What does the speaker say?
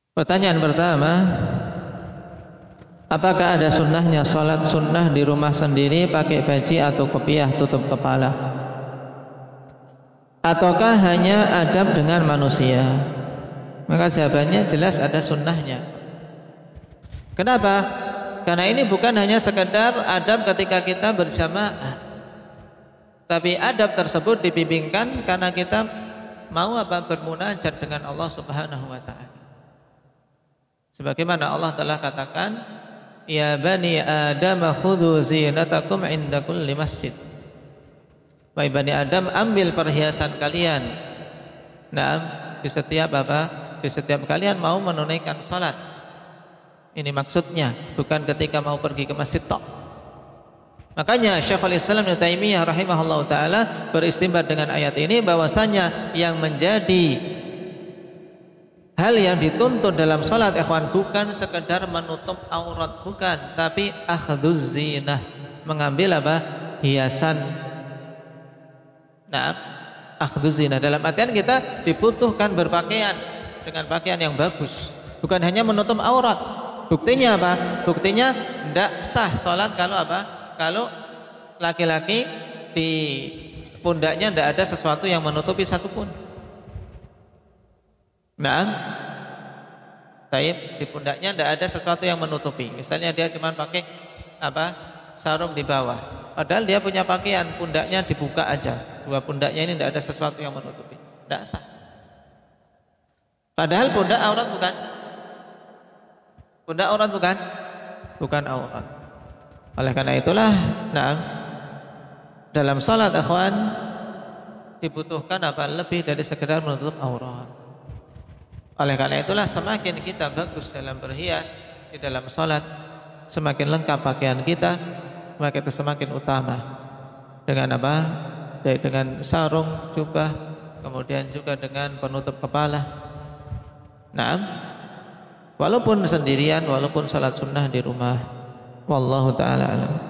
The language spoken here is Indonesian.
Pertanyaan pertama, apakah ada sunnahnya sholat sunnah di rumah sendiri pakai peci atau kopiah tutup kepala? Ataukah hanya adab dengan manusia? Maka jawabannya jelas ada sunnahnya. Kenapa? Karena ini bukan hanya sekedar adab ketika kita berjamaah, tapi adab tersebut dibimbingkan karena kita mau bermunajat dengan Allah Subhanahu wa taala. Sebagaimana Allah telah katakan, ya bani Adam khudhu zinatakum inda kulli masjid. Wahai bani Adam, ambil perhiasan kalian. Nah, di setiap kalian mau menunaikan salat. Ini maksudnya, bukan ketika mau pergi ke masjid tok. Makanya Syekhul Islam Ibnu Taimiyah rahimahullahu taala beristinbat dengan ayat ini bahwasanya yang menjadi hal yang dituntut dalam salat ikhwan bukan sekedar menutup aurat, bukan, tapi akhduz zinah, mengambil hiasan. Nah, akhduz zinah dalam artian kita dibutuhkan berpakaian dengan pakaian yang bagus, bukan hanya menutup aurat. Buktinya apa? Buktinya tidak sah salat kalau laki-laki di pundaknya tidak ada sesuatu yang menutupi satupun. Nah, di pundaknya tidak ada sesuatu yang menutupi. Misalnya dia cuma pakai sarung di bawah. Padahal dia punya pakaian, pundaknya dibuka aja. Dua pundaknya ini tidak ada sesuatu yang menutupi. Tidak sah. Padahal pundak aurat bukan? Pundak aurat bukan? Bukan aurat. Oleh karena itulah, dalam salat akhwan dibutuhkan lebih dari sekedar menutup aurat. Oleh karena itulah semakin kita bagus dalam berhias di dalam salat, semakin lengkap pakaian kita, maka itu semakin utama. Dengan apa? Dengan sarung, jubah, kemudian juga dengan penutup kepala. Nah, walaupun sendirian, walaupun salat sunnah di rumah. Wallahu ta'ala alam.